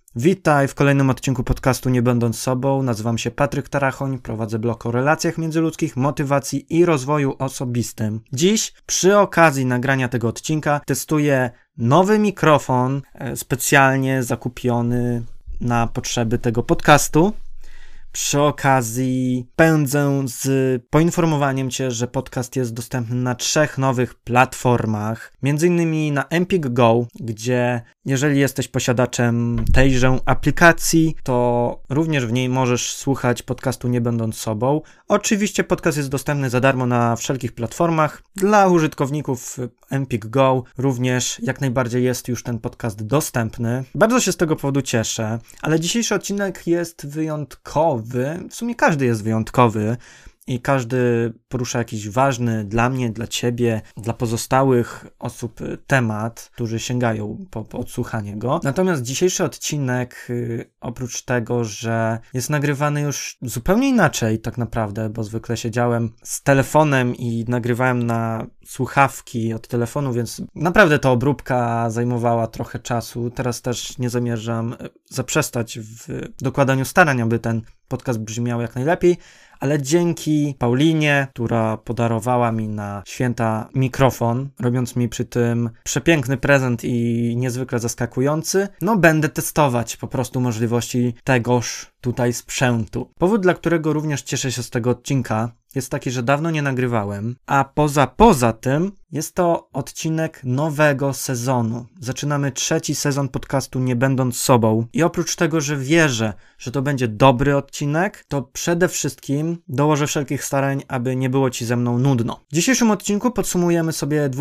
Witaj w kolejnym odcinku podcastu Nie Będąc Sobą. Nazywam się Patryk Tarachoń, prowadzę blog o relacjach międzyludzkich, motywacji i rozwoju osobistym. Dziś przy okazji nagrania tego odcinka testuję nowy mikrofon specjalnie zakupiony na potrzeby tego podcastu. Przy okazji pędzę z poinformowaniem Cię, że podcast jest dostępny na 3 nowych platformach, m.in. na Empik Go, gdzie jeżeli jesteś posiadaczem tejże aplikacji, to również w niej możesz słuchać podcastu Nie Będąc Sobą. Oczywiście podcast jest dostępny za darmo na wszelkich platformach. Dla użytkowników Empik Go również jak najbardziej jest już ten podcast dostępny. Bardzo się z tego powodu cieszę, ale dzisiejszy odcinek jest wyjątkowy. W sumie każdy jest wyjątkowy i każdy porusza jakiś ważny dla mnie, dla Ciebie, dla pozostałych osób temat, którzy sięgają po odsłuchanie go. Natomiast dzisiejszy odcinek, oprócz tego, że jest nagrywany już zupełnie inaczej tak naprawdę, bo zwykle siedziałem z telefonem i nagrywałem na słuchawki od telefonu, więc naprawdę ta obróbka zajmowała trochę czasu. Teraz też nie zamierzam zaprzestać w dokładaniu starań, aby ten podcast brzmiał jak najlepiej, ale dzięki Paulinie, która podarowała mi na święta mikrofon, robiąc mi przy tym przepiękny prezent i niezwykle zaskakujący, będę testować po prostu możliwości tegoż tutaj sprzętu. Powód, dla którego również cieszę się z tego odcinka, jest taki, że dawno nie nagrywałem, a poza tym jest to odcinek nowego sezonu. Zaczynamy 3. sezon podcastu Nie Będąc Sobą i oprócz tego, że wierzę, że to będzie dobry odcinek, to przede wszystkim dołożę wszelkich starań, aby nie było Ci ze mną nudno. W dzisiejszym odcinku podsumujemy sobie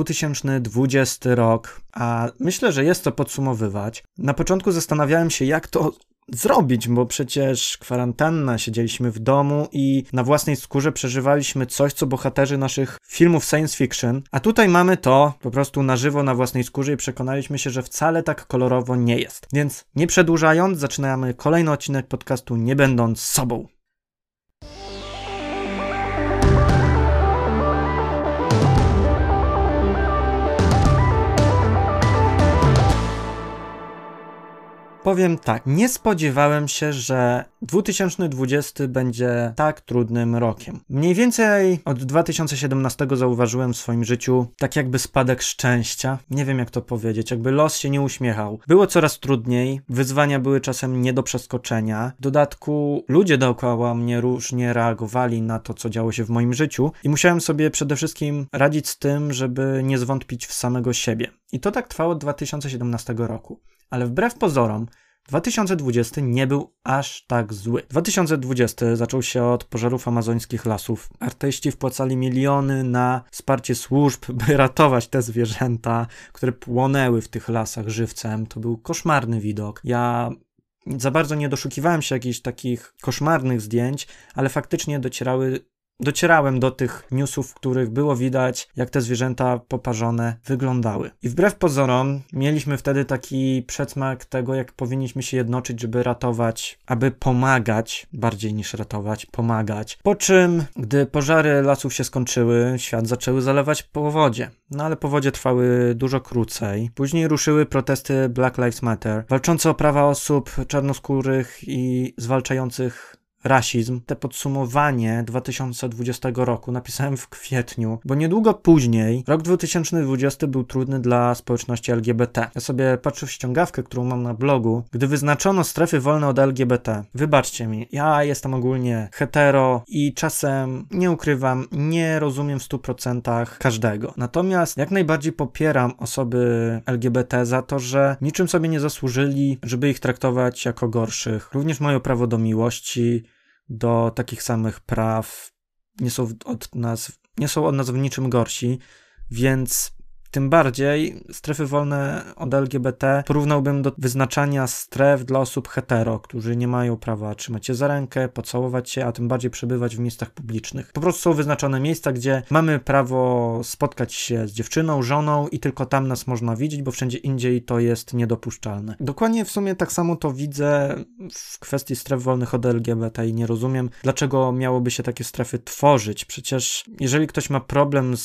2020 rok, a myślę, że jest co podsumowywać. Na początku zastanawiałem się, jak to zrobić, bo przecież kwarantanna, siedzieliśmy w domu i na własnej skórze przeżywaliśmy coś, co bohaterzy naszych filmów science fiction, a tutaj mamy to po prostu na żywo, na własnej skórze i przekonaliśmy się, że wcale tak kolorowo nie jest. Więc nie przedłużając, zaczynamy kolejny odcinek podcastu Nie Będąc Sobą. Powiem tak, nie spodziewałem się, że 2020 będzie tak trudnym rokiem. Mniej więcej od 2017 zauważyłem w swoim życiu tak jakby spadek szczęścia. Nie wiem jak to powiedzieć, jakby los się nie uśmiechał. Było coraz trudniej, wyzwania były czasem nie do przeskoczenia. W dodatku ludzie dookoła mnie różnie reagowali na to, co działo się w moim życiu i musiałem sobie przede wszystkim radzić z tym, żeby nie zwątpić w samego siebie. I to tak trwało od 2017 roku. Ale wbrew pozorom 2020 nie był aż tak zły. 2020 zaczął się od pożarów amazońskich lasów. Artyści wpłacali miliony na wsparcie służb, by ratować te zwierzęta, które płonęły w tych lasach żywcem. To był koszmarny widok. Ja za bardzo nie doszukiwałem się jakichś takich koszmarnych zdjęć, ale faktycznie docierałem do tych newsów, w których było widać, jak te zwierzęta poparzone wyglądały. I wbrew pozorom mieliśmy wtedy taki przedsmak tego, jak powinniśmy się jednoczyć, żeby ratować, aby pomagać, bardziej niż ratować, pomagać. Po czym, gdy pożary lasów się skończyły, świat zaczęły zalewać powodzie. Ale powodzie trwały dużo krócej. Później ruszyły protesty Black Lives Matter, walczące o prawa osób czarnoskórych i zwalczających rasizm. Te podsumowanie 2020 roku napisałem w kwietniu, bo niedługo później, rok 2020 był trudny dla społeczności LGBT. Ja sobie patrzę w ściągawkę, którą mam na blogu, gdy wyznaczono strefy wolne od LGBT. Wybaczcie mi, ja jestem ogólnie hetero i czasem, nie ukrywam, nie rozumiem w 100% każdego. Natomiast jak najbardziej popieram osoby LGBT za to, że niczym sobie nie zasłużyli, żeby ich traktować jako gorszych. Również mają prawo do miłości, do takich samych praw, nie są od nas w niczym gorsi, więc tym bardziej strefy wolne od LGBT porównałbym do wyznaczania stref dla osób hetero, którzy nie mają prawa trzymać się za rękę, pocałować się, a tym bardziej przebywać w miejscach publicznych. Po prostu są wyznaczone miejsca, gdzie mamy prawo spotkać się z dziewczyną, żoną i tylko tam nas można widzieć, bo wszędzie indziej to jest niedopuszczalne. Dokładnie w sumie tak samo to widzę w kwestii stref wolnych od LGBT i nie rozumiem, dlaczego miałoby się takie strefy tworzyć. Przecież jeżeli ktoś ma problem z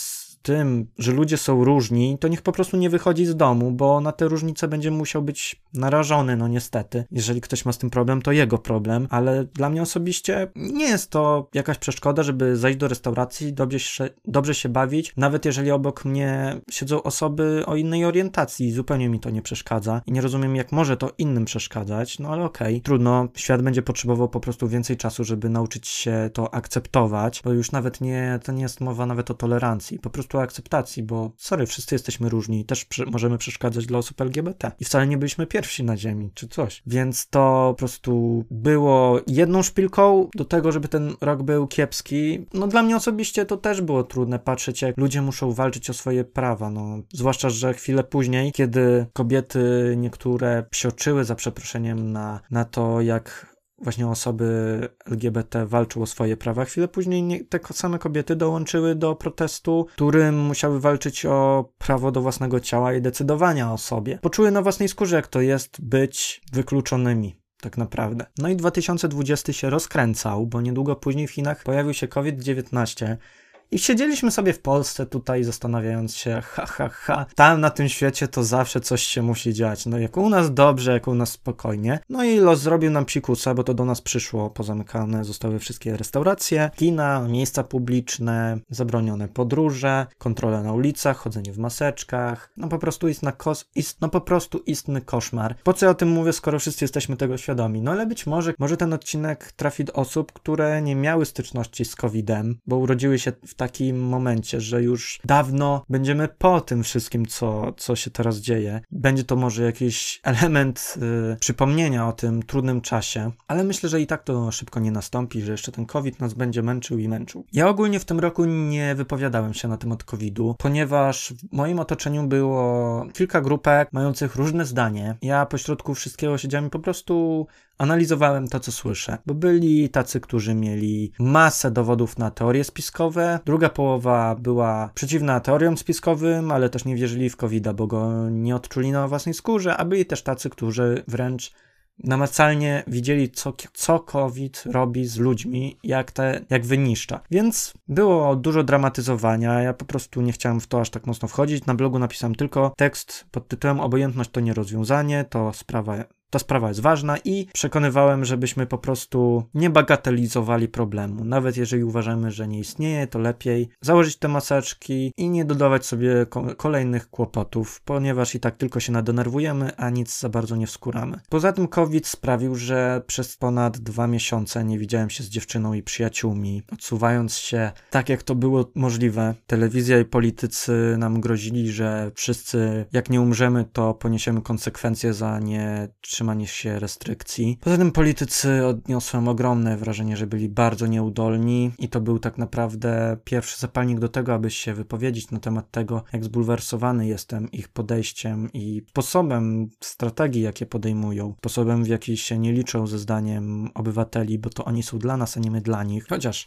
tym, że ludzie są różni, to niech po prostu nie wychodzi z domu, bo na te różnice będzie musiał być narażony, no niestety. Jeżeli ktoś ma z tym problem, to jego problem, ale dla mnie osobiście nie jest to jakaś przeszkoda, żeby zajść do restauracji, dobrze się bawić, nawet jeżeli obok mnie siedzą osoby o innej orientacji, zupełnie mi to nie przeszkadza i nie rozumiem, jak może to innym przeszkadzać, no ale okej, trudno, świat będzie potrzebował po prostu więcej czasu, żeby nauczyć się to akceptować, bo już nawet to nie jest mowa nawet o tolerancji, po prostu o akceptacji, bo sorry, wszyscy jesteśmy różni, też możemy przeszkadzać dla osób LGBT i wcale nie byliśmy pierwsi na ziemi, czy coś, więc to po prostu było jedną szpilką do tego, żeby ten rok był kiepski. No dla mnie osobiście to też było trudne patrzeć, jak ludzie muszą walczyć o swoje prawa, no zwłaszcza, że chwilę później, kiedy kobiety niektóre psioczyły za przeproszeniem na to, jak właśnie osoby LGBT walczą o swoje prawa. Chwilę później te same kobiety dołączyły do protestu, którym musiały walczyć o prawo do własnego ciała i decydowania o sobie. Poczuły na własnej skórze, jak to jest być wykluczonymi. Tak naprawdę. No i 2020 się rozkręcał, bo niedługo później w Chinach pojawił się COVID-19 i siedzieliśmy sobie w Polsce tutaj zastanawiając się, tam na tym świecie to zawsze coś się musi dziać. No jak u nas dobrze, jak u nas spokojnie. No i los zrobił nam psikusa, bo to do nas przyszło. Pozamykane zostały wszystkie restauracje, kina, miejsca publiczne, zabronione podróże, kontrole na ulicach, chodzenie w maseczkach. No po prostu istny koszmar. Po co ja o tym mówię, skoro wszyscy jesteśmy tego świadomi? No ale być może ten odcinek trafi do osób, które nie miały styczności z COVID-em, bo urodziły się w takim momencie, że już dawno będziemy po tym wszystkim, co się teraz dzieje. Będzie to może jakiś element przypomnienia o tym trudnym czasie, ale myślę, że i tak to szybko nie nastąpi, że jeszcze ten COVID nas będzie męczył i męczył. Ja ogólnie w tym roku nie wypowiadałem się na temat COVID-u, ponieważ w moim otoczeniu było kilka grupek mających różne zdanie. Ja pośrodku wszystkiego siedziałem i po prostu analizowałem to, co słyszę, bo byli tacy, którzy mieli masę dowodów na teorie spiskowe, druga połowa była przeciwna teoriom spiskowym, ale też nie wierzyli w COVID-a, bo go nie odczuli na własnej skórze, a byli też tacy, którzy wręcz namacalnie widzieli, co COVID robi z ludźmi, jak wyniszcza. Więc było dużo dramatyzowania, ja po prostu nie chciałem w to aż tak mocno wchodzić. Na blogu napisałem tylko tekst pod tytułem "Obojętność to nie rozwiązanie, ta sprawa jest ważna" i przekonywałem, żebyśmy po prostu nie bagatelizowali problemu. Nawet jeżeli uważamy, że nie istnieje, to lepiej założyć te maseczki i nie dodawać sobie kolejnych kłopotów, ponieważ i tak tylko się nadenerwujemy, a nic za bardzo nie wskuramy. Poza tym COVID sprawił, że przez ponad 2 miesiące nie widziałem się z dziewczyną i przyjaciółmi, odsuwając się tak, jak to było możliwe. Telewizja i politycy nam grozili, że wszyscy, jak nie umrzemy, to poniesiemy konsekwencje za trzymanie się restrykcji. Poza tym politycy odniosłem ogromne wrażenie, że byli bardzo nieudolni i to był tak naprawdę pierwszy zapalnik do tego, aby się wypowiedzieć na temat tego, jak zbulwersowany jestem ich podejściem i sposobem strategii, jakie podejmują, sposobem, w jaki się nie liczą ze zdaniem obywateli, bo to oni są dla nas, a nie my dla nich. Chociaż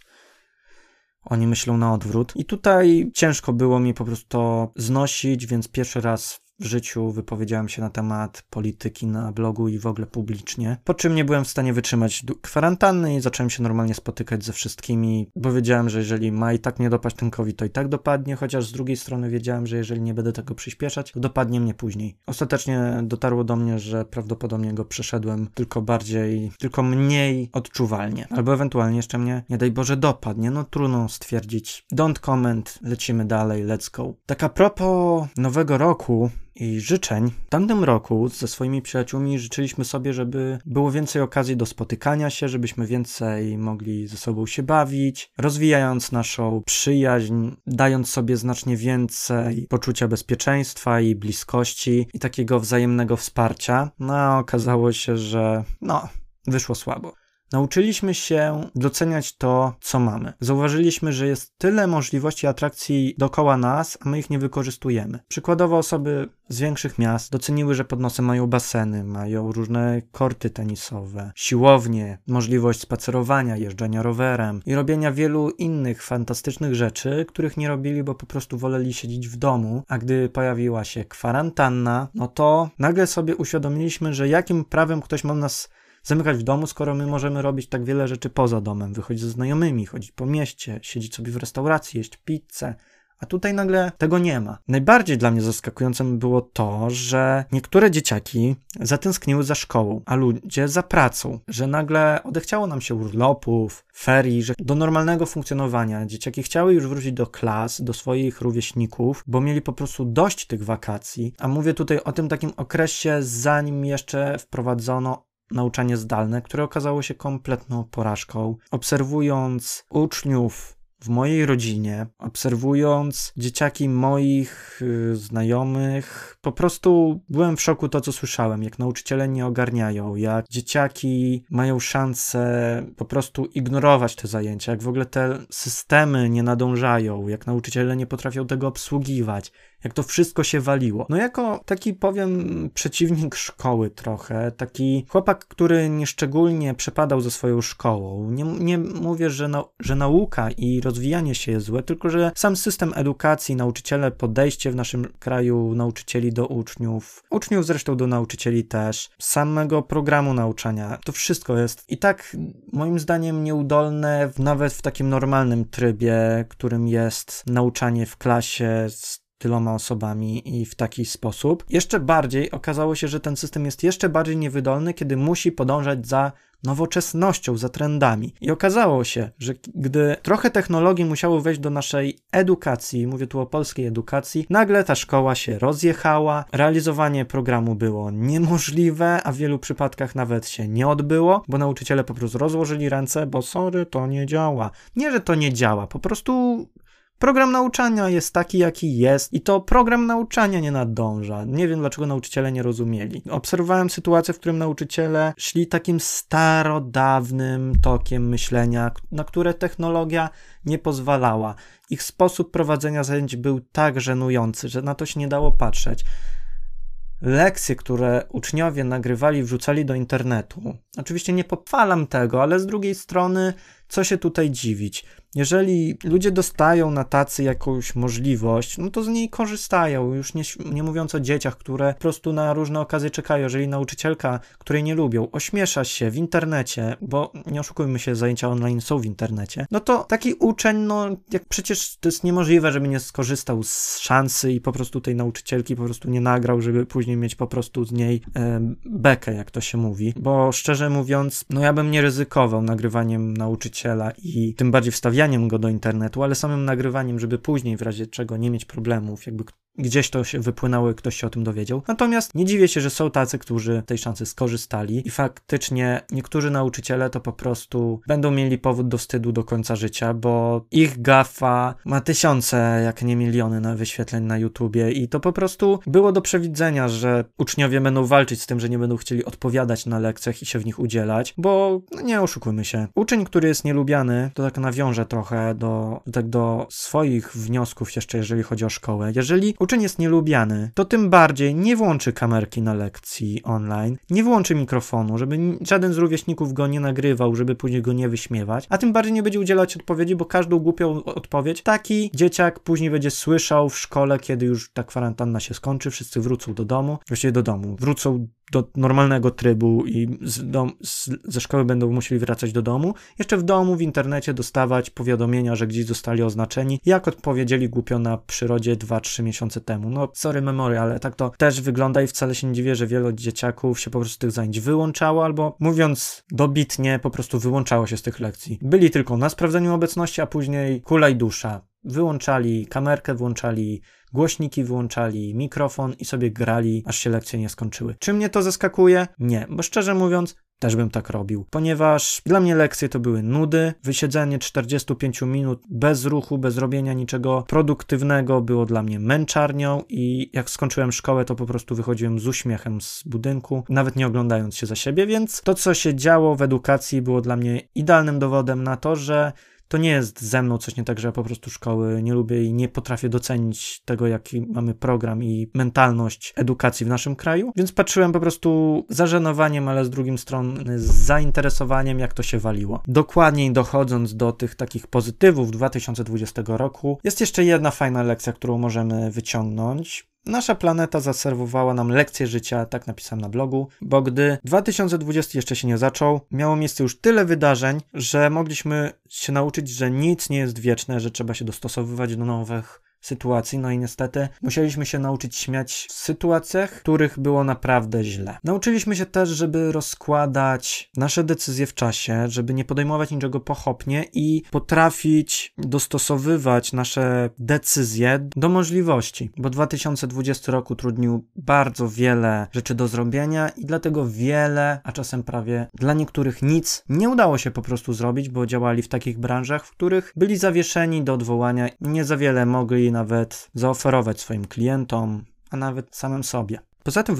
oni myślą na odwrót. I tutaj ciężko było mi po prostu to znosić, więc pierwszy raz w życiu wypowiedziałem się na temat polityki na blogu i w ogóle publicznie, po czym nie byłem w stanie wytrzymać kwarantanny i zacząłem się normalnie spotykać ze wszystkimi, bo wiedziałem, że jeżeli ma i tak nie dopaść ten COVID, to i tak dopadnie, chociaż z drugiej strony wiedziałem, że jeżeli nie będę tego przyspieszać, to dopadnie mnie później. Ostatecznie dotarło do mnie, że prawdopodobnie go przeszedłem tylko mniej odczuwalnie, albo ewentualnie jeszcze mnie, nie daj Boże, dopadnie, no trudno stwierdzić. Don't comment, lecimy dalej, let's go. Tak a propos nowego roku i życzeń. W tamtym roku ze swoimi przyjaciółmi życzyliśmy sobie, żeby było więcej okazji do spotykania się, żebyśmy więcej mogli ze sobą się bawić, rozwijając naszą przyjaźń, dając sobie znacznie więcej poczucia bezpieczeństwa i bliskości i takiego wzajemnego wsparcia. No a okazało się, że wyszło słabo. Nauczyliśmy się doceniać to, co mamy. Zauważyliśmy, że jest tyle możliwości atrakcji dookoła nas, a my ich nie wykorzystujemy. Przykładowo osoby z większych miast doceniły, że pod nosem mają baseny, mają różne korty tenisowe, siłownie, możliwość spacerowania, jeżdżenia rowerem i robienia wielu innych fantastycznych rzeczy, których nie robili, bo po prostu woleli siedzieć w domu, a gdy pojawiła się kwarantanna, no to nagle sobie uświadomiliśmy, że jakim prawem ktoś ma nas zamykać w domu, skoro my możemy robić tak wiele rzeczy poza domem, wychodzić ze znajomymi, chodzić po mieście, siedzieć sobie w restauracji, jeść pizzę, A tutaj nagle tego nie ma. Najbardziej dla mnie zaskakującym było to, że niektóre dzieciaki zatęskniły za szkołą, a ludzie za pracą. Że nagle odechciało nam się urlopów, ferii, że do normalnego funkcjonowania. Dzieciaki chciały już wrócić do klas, do swoich rówieśników, bo mieli po prostu dość tych wakacji. A mówię tutaj o tym takim okresie, zanim jeszcze wprowadzono nauczanie zdalne, które okazało się kompletną porażką. Obserwując uczniów w mojej rodzinie, obserwując dzieciaki moich znajomych, po prostu byłem w szoku to, co słyszałem, jak nauczyciele nie ogarniają, jak dzieciaki mają szansę po prostu ignorować te zajęcia, jak w ogóle te systemy nie nadążają, jak nauczyciele nie potrafią tego obsługiwać, jak to wszystko się waliło. No jako taki, powiem, przeciwnik szkoły trochę, taki chłopak, który nieszczególnie przepadał ze swoją szkołą. Nie mówię, że nauka i rozwijanie się jest złe, tylko że sam system edukacji, nauczyciele, podejście w naszym kraju nauczycieli do uczniów zresztą do nauczycieli też, samego programu nauczania, to wszystko jest i tak moim zdaniem nieudolne nawet w takim normalnym trybie, którym jest nauczanie w klasie z tyloma osobami i w taki sposób. Jeszcze bardziej okazało się, że ten system jest jeszcze bardziej niewydolny, kiedy musi podążać za nowoczesnością, za trendami. I okazało się, że gdy trochę technologii musiało wejść do naszej edukacji, mówię tu o polskiej edukacji, nagle ta szkoła się rozjechała, realizowanie programu było niemożliwe, a w wielu przypadkach nawet się nie odbyło, bo nauczyciele po prostu rozłożyli ręce, bo sorry, to nie działa. Nie, że to nie działa, po prostu program nauczania jest taki, jaki jest i to program nauczania nie nadąża. Nie wiem, dlaczego nauczyciele nie rozumieli. Obserwowałem sytuację, w którym nauczyciele szli takim starodawnym tokiem myślenia, na które technologia nie pozwalała. Ich sposób prowadzenia zajęć był tak żenujący, że na to się nie dało patrzeć. Lekcje, które uczniowie nagrywali, wrzucali do internetu. Oczywiście nie pochwalam tego, ale z drugiej strony, co się tutaj dziwić? Jeżeli ludzie dostają na tacy jakąś możliwość, no to z niej korzystają, już nie mówiąc o dzieciach, które po prostu na różne okazje czekają. Jeżeli nauczycielka, której nie lubią, ośmiesza się w internecie, bo nie oszukujmy się, zajęcia online są w internecie, no to taki uczeń, no jak przecież to jest niemożliwe, żeby nie skorzystał z szansy i po prostu tej nauczycielki po prostu nie nagrał, żeby później mieć po prostu z niej bekę, jak to się mówi, bo szczerze mówiąc, no ja bym nie ryzykował nagrywaniem nauczyciela i tym bardziej wstawianiem go do internetu, ale samym nagrywaniem, żeby później w razie czego nie mieć problemów, jakby gdzieś to się wypłynęło i ktoś się o tym dowiedział. Natomiast nie dziwię się, że są tacy, którzy tej szansy skorzystali i faktycznie niektórzy nauczyciele to po prostu będą mieli powód do wstydu do końca życia, bo ich gafa ma tysiące, jak nie miliony na wyświetleń na YouTubie i to po prostu było do przewidzenia, że uczniowie będą walczyć z tym, że nie będą chcieli odpowiadać na lekcjach i się w nich udzielać, bo no nie oszukujmy się. Uczeń, który jest nielubiany, to tak nawiążę trochę do swoich wniosków jeszcze, jeżeli chodzi o szkołę. Jeżeli uczeń jest nielubiany, to tym bardziej nie włączy kamerki na lekcji online, nie włączy mikrofonu, żeby żaden z rówieśników go nie nagrywał, żeby później go nie wyśmiewać, a tym bardziej nie będzie udzielać odpowiedzi, bo każdą głupią odpowiedź taki dzieciak później będzie słyszał w szkole, kiedy już ta kwarantanna się skończy, wszyscy wrócą do domu, właściwie do domu, wrócą do normalnego trybu i ze szkoły będą musieli wracać do domu. Jeszcze w domu, w internecie dostawać powiadomienia, że gdzieś zostali oznaczeni, jak odpowiedzieli głupio na przyrodzie 2-3 miesiące temu. No, sorry memory, ale tak to też wygląda i wcale się nie dziwię, że wielu dzieciaków się po prostu z tych zajęć wyłączało, albo mówiąc dobitnie, po prostu wyłączało się z tych lekcji. Byli tylko na sprawdzeniu obecności, a później kula i dusza. Wyłączali kamerkę, włączali głośniki, wyłączali mikrofon i sobie grali, aż się lekcje nie skończyły. Czy mnie to zaskakuje? Nie, bo szczerze mówiąc, też bym tak robił, ponieważ dla mnie lekcje to były nudy, wysiedzenie 45 minut bez ruchu, bez robienia niczego produktywnego było dla mnie męczarnią i jak skończyłem szkołę, to po prostu wychodziłem z uśmiechem z budynku, nawet nie oglądając się za siebie, więc to, co się działo w edukacji, było dla mnie idealnym dowodem na to, że to nie jest ze mną coś nie tak, że ja po prostu szkoły nie lubię i nie potrafię docenić tego, jaki mamy program i mentalność edukacji w naszym kraju, więc patrzyłem po prostu z zażenowaniem, ale z drugiej strony z zainteresowaniem, jak to się waliło. Dokładniej dochodząc do tych takich pozytywów 2020 roku, jest jeszcze jedna fajna lekcja, którą możemy wyciągnąć. Nasza planeta zaserwowała nam lekcję życia, tak napisałem na blogu, bo gdy 2020 jeszcze się nie zaczął, miało miejsce już tyle wydarzeń, że mogliśmy się nauczyć, że nic nie jest wieczne, że trzeba się dostosowywać do nowych sytuacji, no i niestety musieliśmy się nauczyć śmiać w sytuacjach, w których było naprawdę źle. Nauczyliśmy się też, żeby rozkładać nasze decyzje w czasie, żeby nie podejmować niczego pochopnie i potrafić dostosowywać nasze decyzje do możliwości, bo 2020 rok utrudnił bardzo wiele rzeczy do zrobienia i dlatego wiele, a czasem prawie dla niektórych nic nie udało się po prostu zrobić, bo działali w takich branżach, w których byli zawieszeni do odwołania i nie za wiele mogli nawet zaoferować swoim klientom, a nawet samym sobie. Poza tym w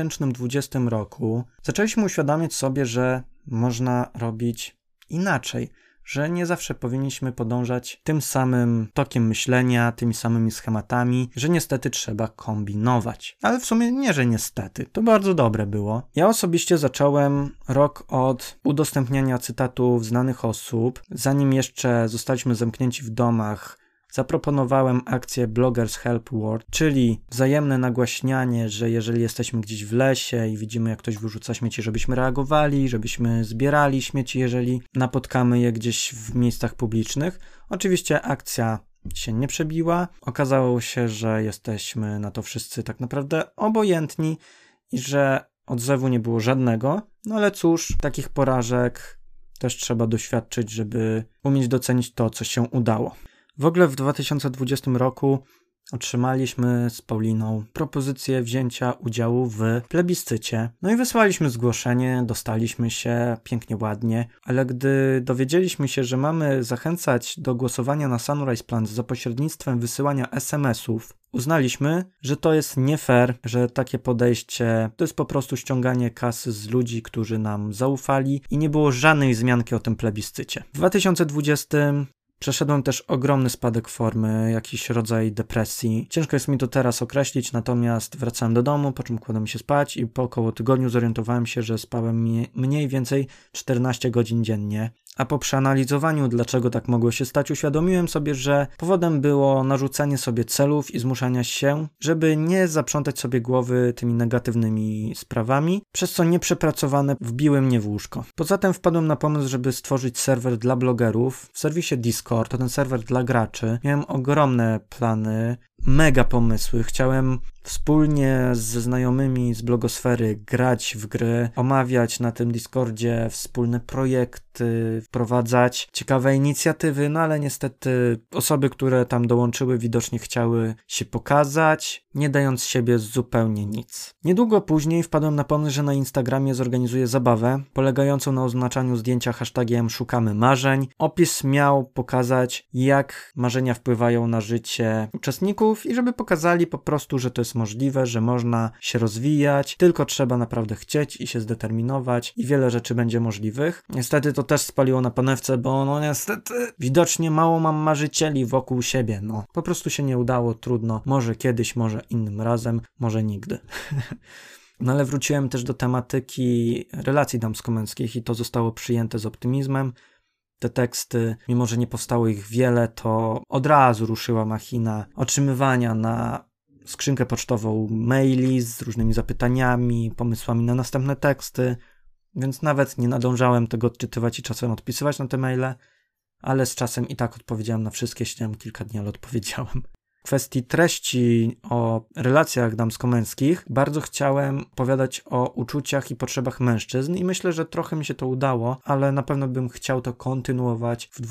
2020 roku zaczęliśmy uświadamiać sobie, że można robić inaczej, że nie zawsze powinniśmy podążać tym samym tokiem myślenia, tymi samymi schematami, że niestety trzeba kombinować. Ale w sumie nie, że niestety, to bardzo dobre było. Ja osobiście zacząłem rok od udostępniania cytatów znanych osób, zanim jeszcze zostaliśmy zamknięci w domach. Zaproponowałem akcję Bloggers Help World, czyli wzajemne nagłaśnianie, że jeżeli jesteśmy gdzieś w lesie i widzimy, jak ktoś wyrzuca śmieci, żebyśmy reagowali, żebyśmy zbierali śmieci, jeżeli napotkamy je gdzieś w miejscach publicznych. Oczywiście akcja się nie przebiła. Okazało się, że jesteśmy na to wszyscy tak naprawdę obojętni i że odzewu nie było żadnego. No ale cóż, takich porażek też trzeba doświadczyć, żeby umieć docenić to, co się udało. W ogóle w 2020 roku otrzymaliśmy z Pauliną propozycję wzięcia udziału w plebiscycie. No i wysłaliśmy zgłoszenie, dostaliśmy się pięknie, ładnie, ale gdy dowiedzieliśmy się, że mamy zachęcać do głosowania na Sunrise Plan za pośrednictwem wysyłania SMS-ów, uznaliśmy, że to jest nie fair, że takie podejście to jest po prostu ściąganie kasy z ludzi, którzy nam zaufali i nie było żadnej wzmianki o tym plebiscycie. W 2020 przeszedłem też ogromny spadek formy, jakiś rodzaj depresji. Ciężko jest mi to teraz określić, natomiast wracałem do domu, po czym kładłem się spać i po około tygodniu zorientowałem się, że spałem mniej więcej 14 godzin dziennie. A po przeanalizowaniu, dlaczego tak mogło się stać, uświadomiłem sobie, że powodem było narzucanie sobie celów i zmuszania się, żeby nie zaprzątać sobie głowy tymi negatywnymi sprawami, przez co nieprzepracowane wbiły mnie w łóżko. Poza tym wpadłem na pomysł, żeby stworzyć serwer dla blogerów w serwisie Discord, to ten serwer dla graczy. Miałem ogromne plany, mega pomysły. Chciałem wspólnie ze znajomymi z blogosfery grać w gry, omawiać na tym Discordzie wspólne projekty, wprowadzać ciekawe inicjatywy, no ale niestety osoby, które tam dołączyły, widocznie chciały się pokazać, nie dając z siebie zupełnie nic. Niedługo później wpadłem na pomysł, że na Instagramie zorganizuję zabawę polegającą na oznaczaniu zdjęcia hashtagiem Szukamy Marzeń. Opis miał pokazać, jak marzenia wpływają na życie uczestników i żeby pokazali po prostu, że to jest możliwe, że można się rozwijać, tylko trzeba naprawdę chcieć i się zdeterminować i wiele rzeczy będzie możliwych. Niestety to też spaliło na panewce, bo no niestety widocznie mało mam marzycieli wokół siebie, no. Po prostu się nie udało, trudno. Może kiedyś, może innym razem, może nigdy. No ale wróciłem też do tematyki relacji damsko-męskich i to zostało przyjęte z optymizmem. Te teksty, mimo że nie powstało ich wiele, to od razu ruszyła machina otrzymywania na skrzynkę pocztową maili z różnymi zapytaniami, pomysłami na następne teksty, więc nawet nie nadążałem tego odczytywać i czasem odpisywać na te maile, ale z czasem i tak odpowiedziałem na wszystkie, siedziałem kilka dni, ale odpowiedziałem. W kwestii treści o relacjach damsko-męskich bardzo chciałem opowiadać o uczuciach i potrzebach mężczyzn i myślę, że trochę mi się to udało, ale na pewno bym chciał to kontynuować w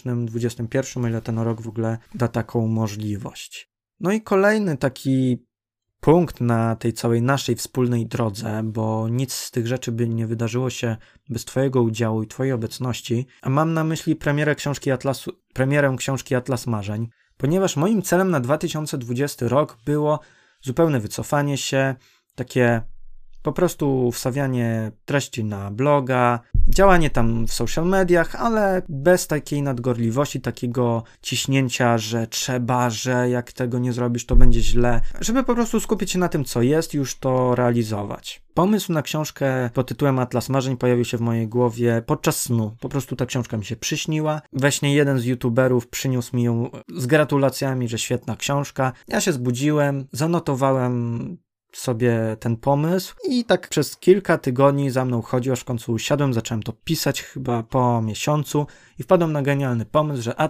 2021, o ile ten rok w ogóle da taką możliwość. No i kolejny taki punkt na tej całej naszej wspólnej drodze, bo nic z tych rzeczy by nie wydarzyło się bez twojego udziału i twojej obecności, a mam na myśli premierę książki Atlas Marzeń, ponieważ moim celem na 2020 rok było zupełne wycofanie się, takie po prostu wstawianie treści na bloga, działanie tam w social mediach, ale bez takiej nadgorliwości, takiego ciśnięcia, że trzeba, że jak tego nie zrobisz, to będzie źle, żeby po prostu skupić się na tym, co jest, już to realizować. Pomysł na książkę pod tytułem Atlas Marzeń pojawił się w mojej głowie podczas snu. Po prostu ta książka mi się przyśniła. We śnie jeden z youtuberów przyniósł mi ją z gratulacjami, że świetna książka. Ja się zbudziłem, zanotowałem sobie ten pomysł i tak przez kilka tygodni za mną chodził, aż w końcu usiadłem, zacząłem to pisać chyba po miesiącu i wpadłem na genialny pomysł, że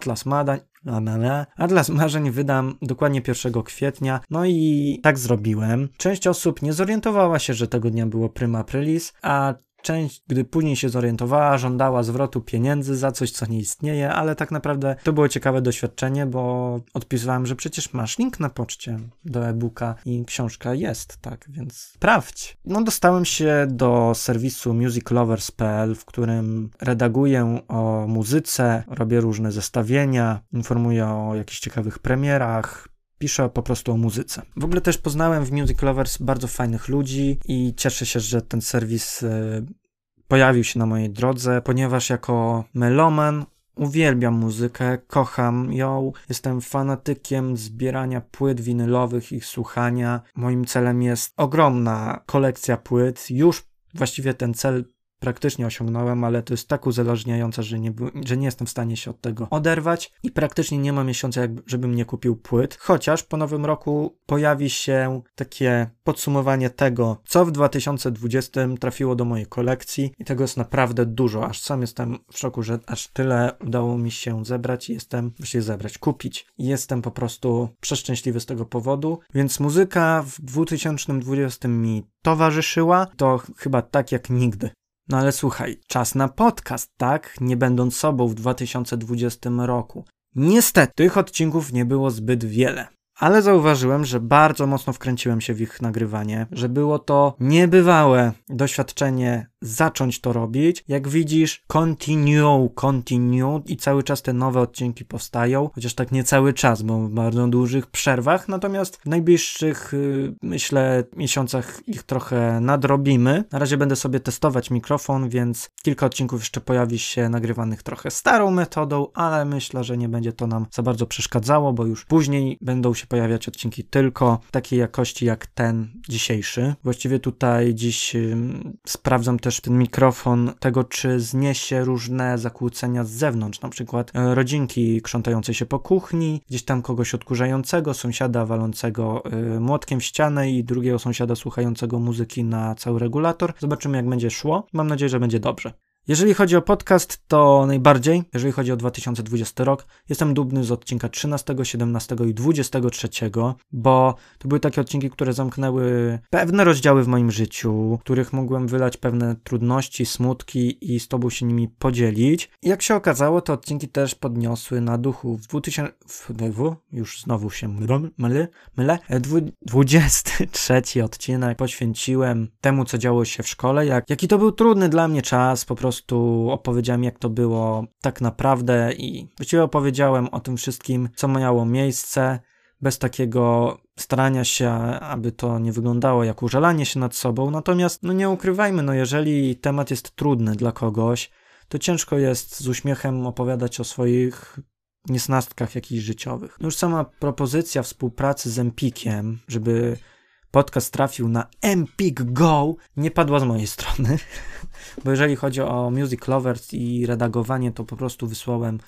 Atlas Marzeń wydam dokładnie 1 kwietnia, no i tak zrobiłem. Część osób nie zorientowała się, że tego dnia było prima aprilis, a część, gdy później się zorientowała, żądała zwrotu pieniędzy za coś, co nie istnieje, ale tak naprawdę to było ciekawe doświadczenie, bo odpisywałem, że przecież masz link na poczcie do e-booka i książka jest, tak, więc sprawdź. No dostałem się do serwisu musiclovers.pl, w którym redaguję o muzyce, robię różne zestawienia, informuję o jakichś ciekawych premierach, piszę po prostu o muzyce. W ogóle też poznałem w Music Lovers bardzo fajnych ludzi i cieszę się, że ten serwis pojawił się na mojej drodze, ponieważ jako meloman uwielbiam muzykę, kocham ją, jestem fanatykiem zbierania płyt winylowych, ich słuchania. Moim celem jest ogromna kolekcja płyt. Już właściwie ten cel praktycznie osiągnąłem, ale to jest tak uzależniające, że nie jestem w stanie się od tego oderwać i praktycznie nie ma miesiąca, żebym nie kupił płyt, chociaż po nowym roku pojawi się takie podsumowanie tego, co w 2020 trafiło do mojej kolekcji i tego jest naprawdę dużo, aż sam jestem w szoku, że aż tyle udało mi się zebrać i kupić. I jestem po prostu przeszczęśliwy z tego powodu, więc muzyka w 2020 mi towarzyszyła, to chyba tak jak nigdy. No ale słuchaj, czas na podcast, tak? Nie będąc sobą w 2020 roku. Niestety, tych odcinków nie było zbyt wiele. Ale zauważyłem, że bardzo mocno wkręciłem się w ich nagrywanie, że było to niebywałe doświadczenie zacząć to robić. Jak widzisz, continue i cały czas te nowe odcinki powstają, chociaż tak nie cały czas, bo w bardzo dużych przerwach, natomiast w najbliższych, myślę, miesiącach ich trochę nadrobimy. Na razie będę sobie testować mikrofon, więc kilka odcinków jeszcze pojawi się nagrywanych trochę starą metodą, ale myślę, że nie będzie to nam za bardzo przeszkadzało, bo już później będą się pojawiać odcinki tylko takiej jakości jak ten dzisiejszy. Właściwie tutaj dziś sprawdzam też ten mikrofon tego, czy zniesie różne zakłócenia z zewnątrz, na przykład rodzinki krzątającej się po kuchni, gdzieś tam kogoś odkurzającego, sąsiada walącego młotkiem w ścianę i drugiego sąsiada słuchającego muzyki na cały regulator. Zobaczymy, jak będzie szło. Mam nadzieję, że będzie dobrze. Jeżeli chodzi o podcast, to najbardziej, jeżeli chodzi o 2020 rok, jestem dumny z odcinka 13, 17 i 23, bo to były takie odcinki, które zamknęły pewne rozdziały w moim życiu, w których mogłem wylać pewne trudności, smutki i z tobą się nimi podzielić. I jak się okazało, te odcinki też podniosły na duchu. W 23 odcinek poświęciłem temu, co działo się w szkole, jaki to był trudny dla mnie czas, po prostu opowiedziałem, jak to było tak naprawdę i właściwie opowiedziałem o tym wszystkim, co miało miejsce, bez takiego starania się, aby to nie wyglądało jak użalanie się nad sobą. Natomiast, nie ukrywajmy, jeżeli temat jest trudny dla kogoś, to ciężko jest z uśmiechem opowiadać o swoich niesnastkach jakichś życiowych. Już sama propozycja współpracy z Empikiem, żeby podcast trafił na Empik Go, nie padła z mojej strony, bo jeżeli chodzi o Music Lovers i redagowanie, to po prostu wysłałem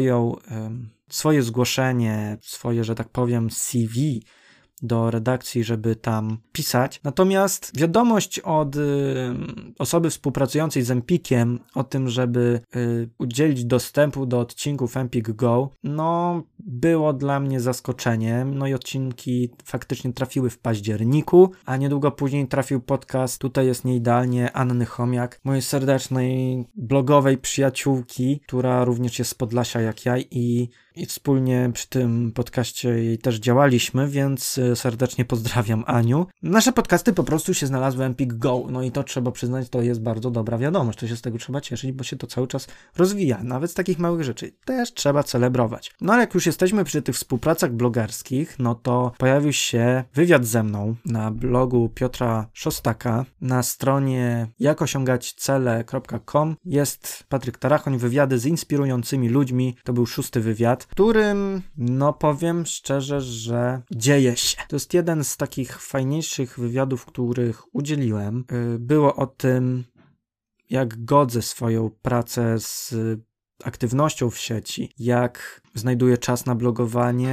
swoje zgłoszenie, swoje, że tak powiem, CV do redakcji, żeby tam pisać. Natomiast wiadomość od osoby współpracującej z Empikiem o tym, żeby udzielić dostępu do odcinków Empik Go, było dla mnie zaskoczeniem. I odcinki faktycznie trafiły w październiku, a niedługo później trafił podcast Tutaj jest nieidealnie Anny Chomiak, mojej serdecznej blogowej przyjaciółki, która również jest z Podlasia jak ja i wspólnie przy tym podcaście jej też działaliśmy, więc serdecznie pozdrawiam Aniu. Nasze podcasty po prostu się znalazły w Empik Go, i to trzeba przyznać, to jest bardzo dobra wiadomość, to się z tego trzeba cieszyć, bo się to cały czas rozwija, nawet z takich małych rzeczy też trzeba celebrować. Ale jak już jesteśmy przy tych współpracach blogerskich, to pojawił się wywiad ze mną na blogu Piotra Szostaka, na stronie jakosiągaćcele.com jest Patryk Tarachoń, wywiady z inspirującymi ludźmi, to był 6. wywiad, w którym, powiem szczerze, że dzieje się. To jest jeden z takich fajniejszych wywiadów, których udzieliłem. Było o tym, jak godzę swoją pracę z aktywnością w sieci, jak znajduję czas na blogowanie,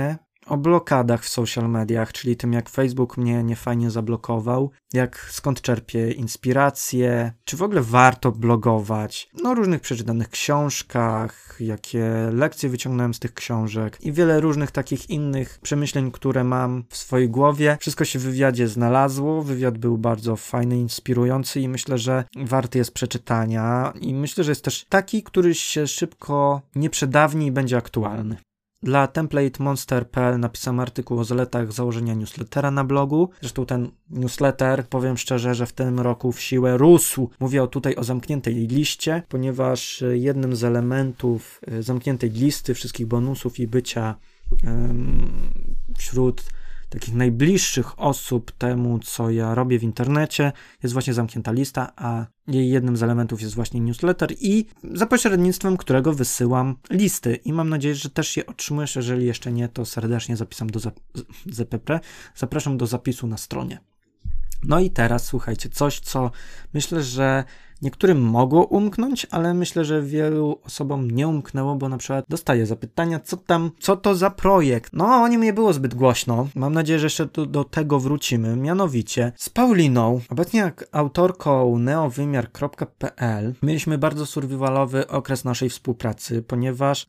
o blokadach w social mediach, czyli tym, jak Facebook mnie niefajnie zablokował, skąd czerpię inspirację, czy w ogóle warto blogować, różnych przeczytanych książkach, jakie lekcje wyciągnąłem z tych książek i wiele różnych takich innych przemyśleń, które mam w swojej głowie. Wszystko się w wywiadzie znalazło, wywiad był bardzo fajny, inspirujący i myślę, że warty jest przeczytania i myślę, że jest też taki, który się szybko nie przedawni i będzie aktualny. Dla templatemonster.pl napisałem artykuł o zaletach założenia newslettera na blogu. Zresztą ten newsletter, powiem szczerze, że w tym roku w siłę rósł. Mówię tutaj o zamkniętej liście, ponieważ jednym z elementów zamkniętej listy wszystkich bonusów i bycia wśród takich najbliższych osób temu, co ja robię w internecie, jest właśnie zamknięta lista, a jej jednym z elementów jest właśnie newsletter i za pośrednictwem którego wysyłam listy i mam nadzieję, że też je otrzymujesz. Jeżeli jeszcze nie, to serdecznie zapraszam do zapisu na stronie. No i teraz słuchajcie, coś, co myślę, że niektórym mogło umknąć, ale myślę, że wielu osobom nie umknęło, bo na przykład dostaję zapytania, co to za projekt. O nim nie było zbyt głośno. Mam nadzieję, że jeszcze do tego wrócimy. Mianowicie z Pauliną, obecnie jak autorką neowymiar.pl, mieliśmy bardzo survivalowy okres naszej współpracy, ponieważ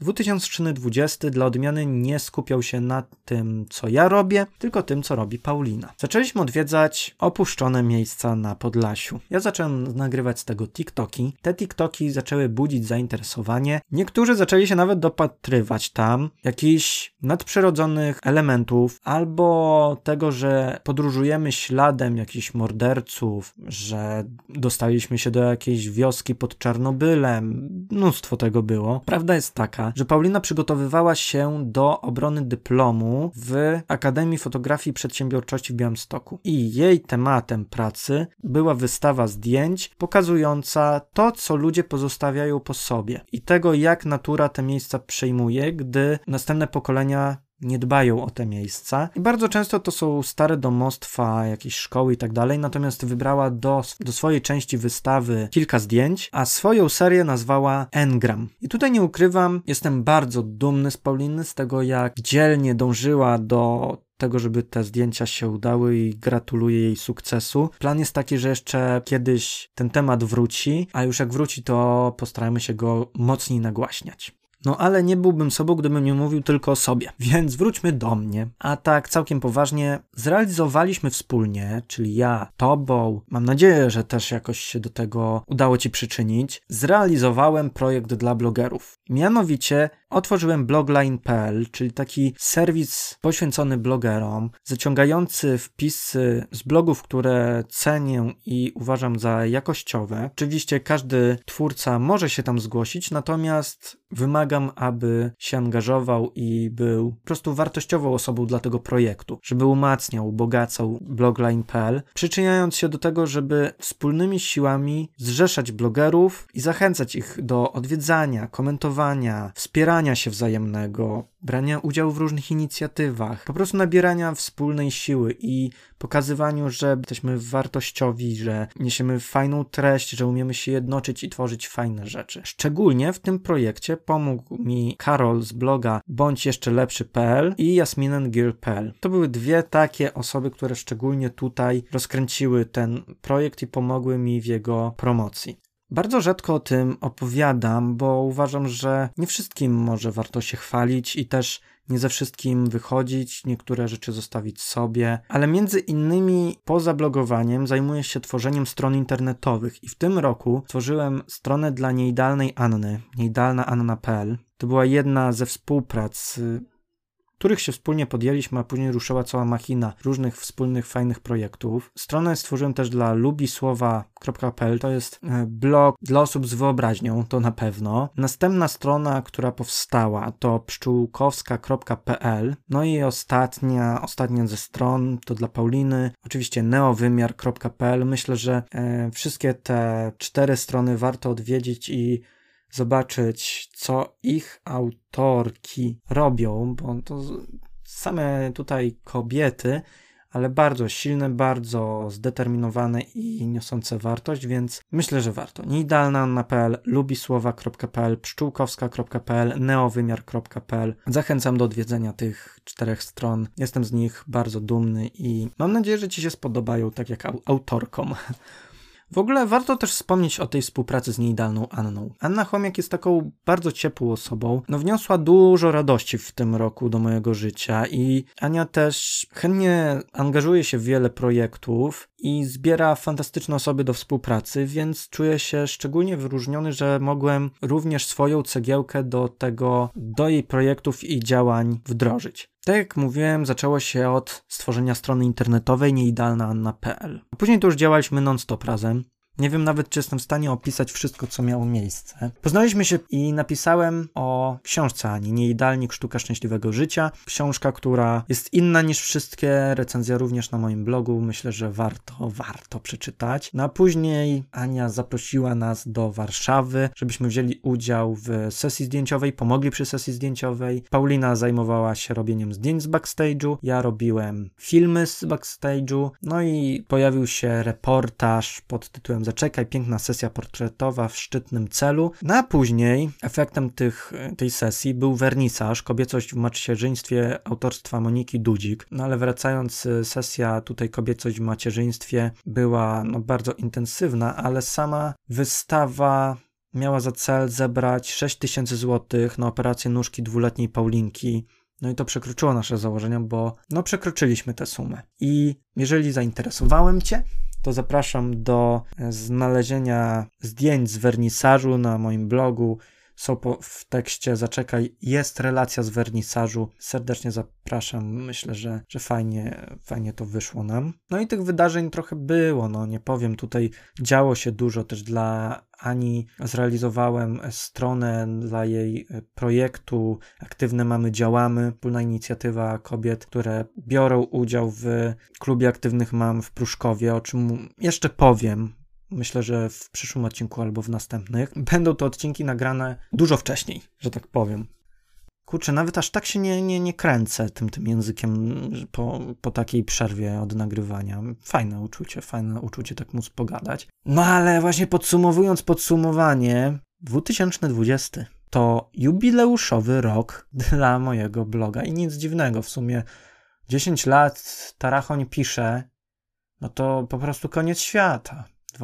2020 dla odmiany nie skupiał się na tym, co ja robię, tylko tym, co robi Paulina. Zaczęliśmy odwiedzać opuszczone miejsca na Podlasiu. Ja zacząłem nagrywać z tego TikToki. Te TikToki zaczęły budzić zainteresowanie. Niektórzy zaczęli się nawet dopatrywać tam jakichś nadprzyrodzonych elementów albo tego, że podróżujemy śladem jakichś morderców, że dostaliśmy się do jakiejś wioski pod Czarnobylem. Mnóstwo tego było. Prawda jest taka, że Paulina przygotowywała się do obrony dyplomu w Akademii Fotografii i Przedsiębiorczości w Białymstoku. I jej tematem pracy była wystawa zdjęć pokazująca to, co ludzie pozostawiają po sobie i tego, jak natura te miejsca przejmuje, gdy następne pokolenia nie dbają o te miejsca. I bardzo często to są stare domostwa, jakieś szkoły i tak dalej, natomiast wybrała do swojej części wystawy kilka zdjęć, a swoją serię nazwała Engram. I tutaj nie ukrywam, jestem bardzo dumny z Pauliny, z tego, jak dzielnie dążyła do tego, żeby te zdjęcia się udały i gratuluję jej sukcesu. Plan jest taki, że jeszcze kiedyś ten temat wróci, a już jak wróci, to postaramy się go mocniej nagłaśniać. Ale nie byłbym sobą, gdybym nie mówił tylko o sobie, więc wróćmy do mnie. A tak całkiem poważnie, zrealizowaliśmy wspólnie, czyli ja, tobą, mam nadzieję, że też jakoś się do tego udało ci przyczynić, zrealizowałem projekt dla blogerów. Mianowicie otworzyłem blogline.pl, czyli taki serwis poświęcony blogerom, zaciągający wpisy z blogów, które cenię i uważam za jakościowe. Oczywiście każdy twórca może się tam zgłosić, natomiast wymagam, aby się angażował i był po prostu wartościową osobą dla tego projektu, żeby umacniał, ubogacał blogline.pl, przyczyniając się do tego, żeby wspólnymi siłami zrzeszać blogerów i zachęcać ich do odwiedzania, komentowania, wspierania się wzajemnego, brania udziału w różnych inicjatywach, po prostu nabierania wspólnej siły i pokazywaniu, że jesteśmy wartościowi, że niesiemy fajną treść, że umiemy się jednoczyć i tworzyć fajne rzeczy. Szczególnie w tym projekcie pomógł mi Karol z bloga bądźjeszczelepszy.pl i jasminengil.pl. To były dwie takie osoby, które szczególnie tutaj rozkręciły ten projekt i pomogły mi w jego promocji. Bardzo rzadko o tym opowiadam, bo uważam, że nie wszystkim może warto się chwalić i też nie ze wszystkim wychodzić, niektóre rzeczy zostawić sobie, ale między innymi poza blogowaniem zajmuję się tworzeniem stron internetowych i w tym roku tworzyłem stronę dla Nieidealnej Anny, nieidealnaanna.pl. To była jedna ze współprac, których się wspólnie podjęliśmy, a później ruszyła cała machina różnych wspólnych, fajnych projektów. Stronę stworzyłem też dla lubisłowa.pl, to jest blog dla osób z wyobraźnią, to na pewno. Następna strona, która powstała, to pszczółkowska.pl. No i ostatnia ze stron to dla Pauliny, oczywiście neowymiar.pl. Myślę, że wszystkie te 4 strony warto odwiedzić i zobaczyć, co ich autorki robią, bo to same tutaj kobiety, ale bardzo silne, bardzo zdeterminowane i niosące wartość, więc myślę, że warto. Nieidealnaanna.pl, lubisłowa.pl, pszczółkowska.pl, neowymiar.pl. Zachęcam do odwiedzenia tych 4 stron. Jestem z nich bardzo dumny i mam nadzieję, że Ci się spodobają, tak jak autorkom. W ogóle warto też wspomnieć o tej współpracy z Nieidealną Anną. Anna Chomiak jest taką bardzo ciepłą osobą. Wniosła dużo radości w tym roku do mojego życia i Ania też chętnie angażuje się w wiele projektów i zbiera fantastyczne osoby do współpracy, więc czuję się szczególnie wyróżniony, że mogłem również swoją cegiełkę do jej projektów i działań wdrożyć. Tak jak mówiłem, zaczęło się od stworzenia strony internetowej nieidealnaanna.pl. Później to już działaliśmy non-stop razem. Nie wiem nawet, czy jestem w stanie opisać wszystko, co miało miejsce. Poznaliśmy się i napisałem o książce Ani, Nieidealnik, sztuka szczęśliwego życia. Książka, która jest inna niż wszystkie, recenzja również na moim blogu. Myślę, że warto przeczytać. No a później Ania zaprosiła nas do Warszawy, żebyśmy wzięli udział w sesji zdjęciowej, pomogli przy sesji zdjęciowej. Paulina zajmowała się robieniem zdjęć z backstage'u, ja robiłem filmy z backstage'u, no i pojawił się reportaż pod tytułem Zaczekaj, piękna sesja portretowa w szczytnym celu. No a później efektem tej sesji był wernisaż, Kobiecość w macierzyństwie autorstwa Moniki Dudzik. No ale wracając, sesja tutaj Kobiecość w macierzyństwie była bardzo intensywna, ale sama wystawa miała za cel zebrać 6000 zł na operację nóżki 2-letniej Paulinki. No i to przekroczyło nasze założenia, bo przekroczyliśmy tę sumę. I jeżeli zainteresowałem Cię, to zapraszam do znalezienia zdjęć z wernisażu na moim blogu. Są w tekście Zaczekaj, jest relacja z wernisażu. Serdecznie zapraszam. Myślę, że fajnie to wyszło nam. No i tych wydarzeń trochę było, nie powiem. Tutaj działo się dużo też dla Ani. Zrealizowałem stronę dla jej projektu Aktywne Mamy Działamy. Wspólna inicjatywa kobiet, które biorą udział w klubie aktywnych mam w Pruszkowie, o czym jeszcze powiem. Myślę, że w przyszłym odcinku albo w następnych. Będą to odcinki nagrane dużo wcześniej, że tak powiem. Kurczę, nawet aż tak się nie kręcę tym językiem po takiej przerwie od nagrywania. Fajne uczucie tak móc pogadać. No ale właśnie podsumowując podsumowanie, 2020 to jubileuszowy rok dla mojego bloga i nic dziwnego. W sumie 10 lat Tarachoń pisze, no to po prostu koniec świata.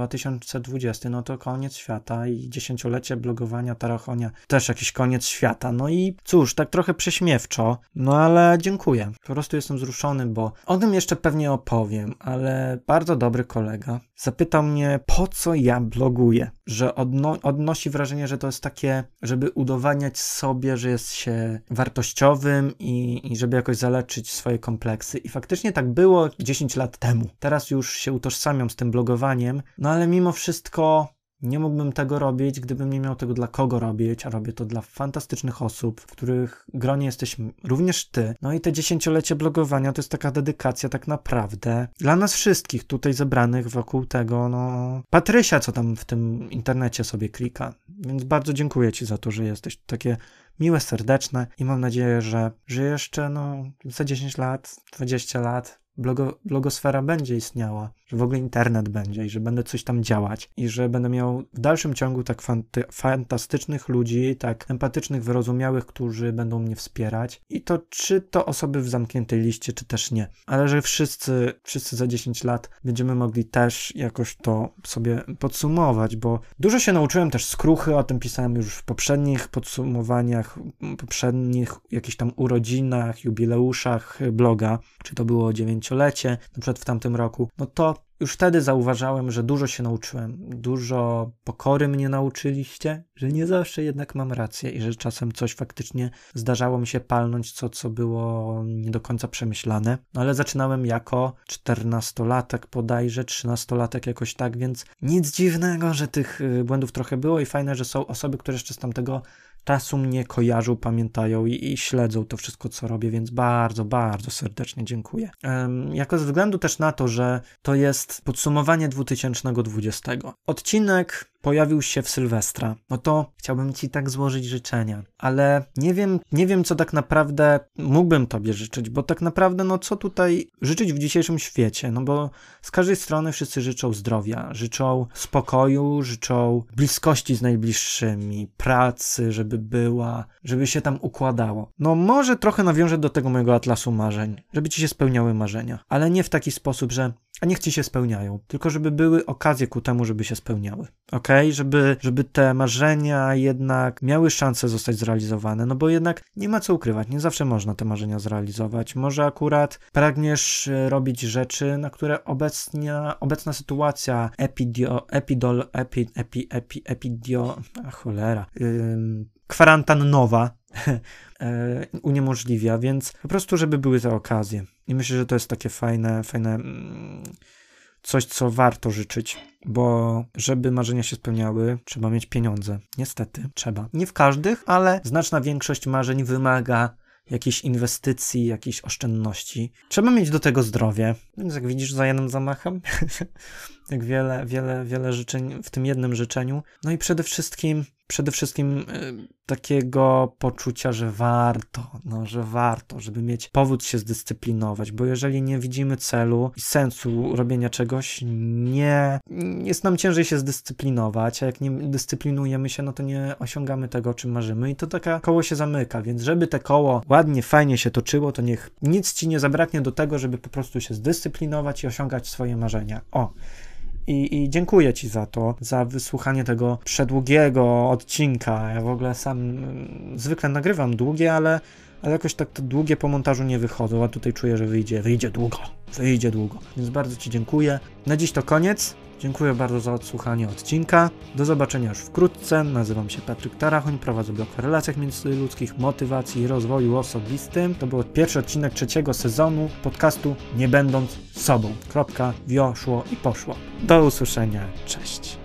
2020, to koniec świata i 10-lecie blogowania Tarachonia też jakiś koniec świata. No i cóż, tak trochę prześmiewczo, ale dziękuję. Po prostu jestem wzruszony, bo o tym jeszcze pewnie opowiem, ale bardzo dobry kolega zapytał mnie, po co ja bloguję, że odnosi wrażenie, że to jest takie, żeby udowadniać sobie, że jest się wartościowym i żeby jakoś zaleczyć swoje kompleksy. I faktycznie tak było 10 lat temu. Teraz już się utożsamiam z tym blogowaniem, ale mimo wszystko nie mógłbym tego robić, gdybym nie miał tego dla kogo robić, a robię to dla fantastycznych osób, w których gronie jesteś również ty. No i te 10-lecie blogowania to jest taka dedykacja tak naprawdę dla nas wszystkich tutaj zebranych wokół tego, Patrysia, co tam w tym internecie sobie klika. Więc bardzo dziękuję Ci za to, że jesteś takie miłe, serdeczne i mam nadzieję, że jeszcze za 10 lat, 20 lat blogosfera będzie istniała, że w ogóle internet będzie i że będę coś tam działać i że będę miał w dalszym ciągu tak fantastycznych ludzi, tak empatycznych, wyrozumiałych, którzy będą mnie wspierać i to czy to osoby w zamkniętej liście, czy też nie, ale że wszyscy za 10 lat będziemy mogli też jakoś to sobie podsumować, bo dużo się nauczyłem też z kruchy, o tym pisałem już w poprzednich podsumowaniach, poprzednich jakichś tam urodzinach, jubileuszach bloga, czy to było 9-lecie, na przykład w tamtym roku, to już wtedy zauważałem, że dużo się nauczyłem, dużo pokory mnie nauczyliście, że nie zawsze jednak mam rację i że czasem coś faktycznie zdarzało mi się palnąć, co było nie do końca przemyślane, ale zaczynałem jako 14-latek bodajże, 13-latek jakoś tak, więc nic dziwnego, że tych błędów trochę było i fajne, że są osoby, które jeszcze z tamtego czasu mnie kojarzą, pamiętają i śledzą to wszystko, co robię, więc bardzo, bardzo serdecznie dziękuję. Jako ze względu też na to, że to jest podsumowanie 2020. Odcinek pojawił się w Sylwestra, no to chciałbym ci tak złożyć życzenia, ale nie wiem co tak naprawdę mógłbym tobie życzyć, bo tak naprawdę no co tutaj życzyć w dzisiejszym świecie, no bo z każdej strony wszyscy życzą zdrowia, życzą spokoju, życzą bliskości z najbliższymi, pracy, żeby była, żeby się tam układało. No może trochę nawiążę do tego mojego atlasu marzeń, żeby ci się spełniały marzenia, ale nie w taki sposób, że a niech ci się spełniają, tylko żeby były okazje ku temu, żeby się spełniały, okej? Żeby te marzenia jednak miały szansę zostać zrealizowane, no bo jednak nie ma co ukrywać, nie zawsze można te marzenia zrealizować. Może akurat pragniesz robić rzeczy, na które obecna sytuacja kwarantannowa uniemożliwia, więc po prostu, żeby były te okazje. I myślę, że to jest takie fajne coś, co warto życzyć, bo żeby marzenia się spełniały, trzeba mieć pieniądze. Niestety, trzeba. Nie w każdych, ale znaczna większość marzeń wymaga jakiejś inwestycji, jakiejś oszczędności. Trzeba mieć do tego zdrowie. Więc jak widzisz, za jednym zamachem, jak wiele życzeń w tym jednym życzeniu. No i przede wszystkim takiego poczucia, że warto, żeby mieć powód się zdyscyplinować, bo jeżeli nie widzimy celu i sensu robienia czegoś, jest nam ciężej się zdyscyplinować, a jak nie dyscyplinujemy się, no to nie osiągamy tego, o czym marzymy i to takie koło się zamyka, więc żeby te koło ładnie, fajnie się toczyło, to niech nic ci nie zabraknie do tego, żeby po prostu się zdyscyplinować i osiągać swoje marzenia. I dziękuję ci za to, za wysłuchanie tego przedługiego odcinka. Ja w ogóle sam zwykle nagrywam długie, ale jakoś tak te długie po montażu nie wychodzą, a tutaj czuję, że wyjdzie długo. Więc bardzo ci dziękuję. Na dziś to koniec. Dziękuję bardzo za odsłuchanie odcinka. Do zobaczenia już wkrótce. Nazywam się Patryk Tarachoń, prowadzę blog o relacjach międzyludzkich, motywacji i rozwoju osobistym. To był pierwszy odcinek 3. sezonu podcastu Nie będąc sobą. Wio, szło i poszło. Do usłyszenia. Cześć.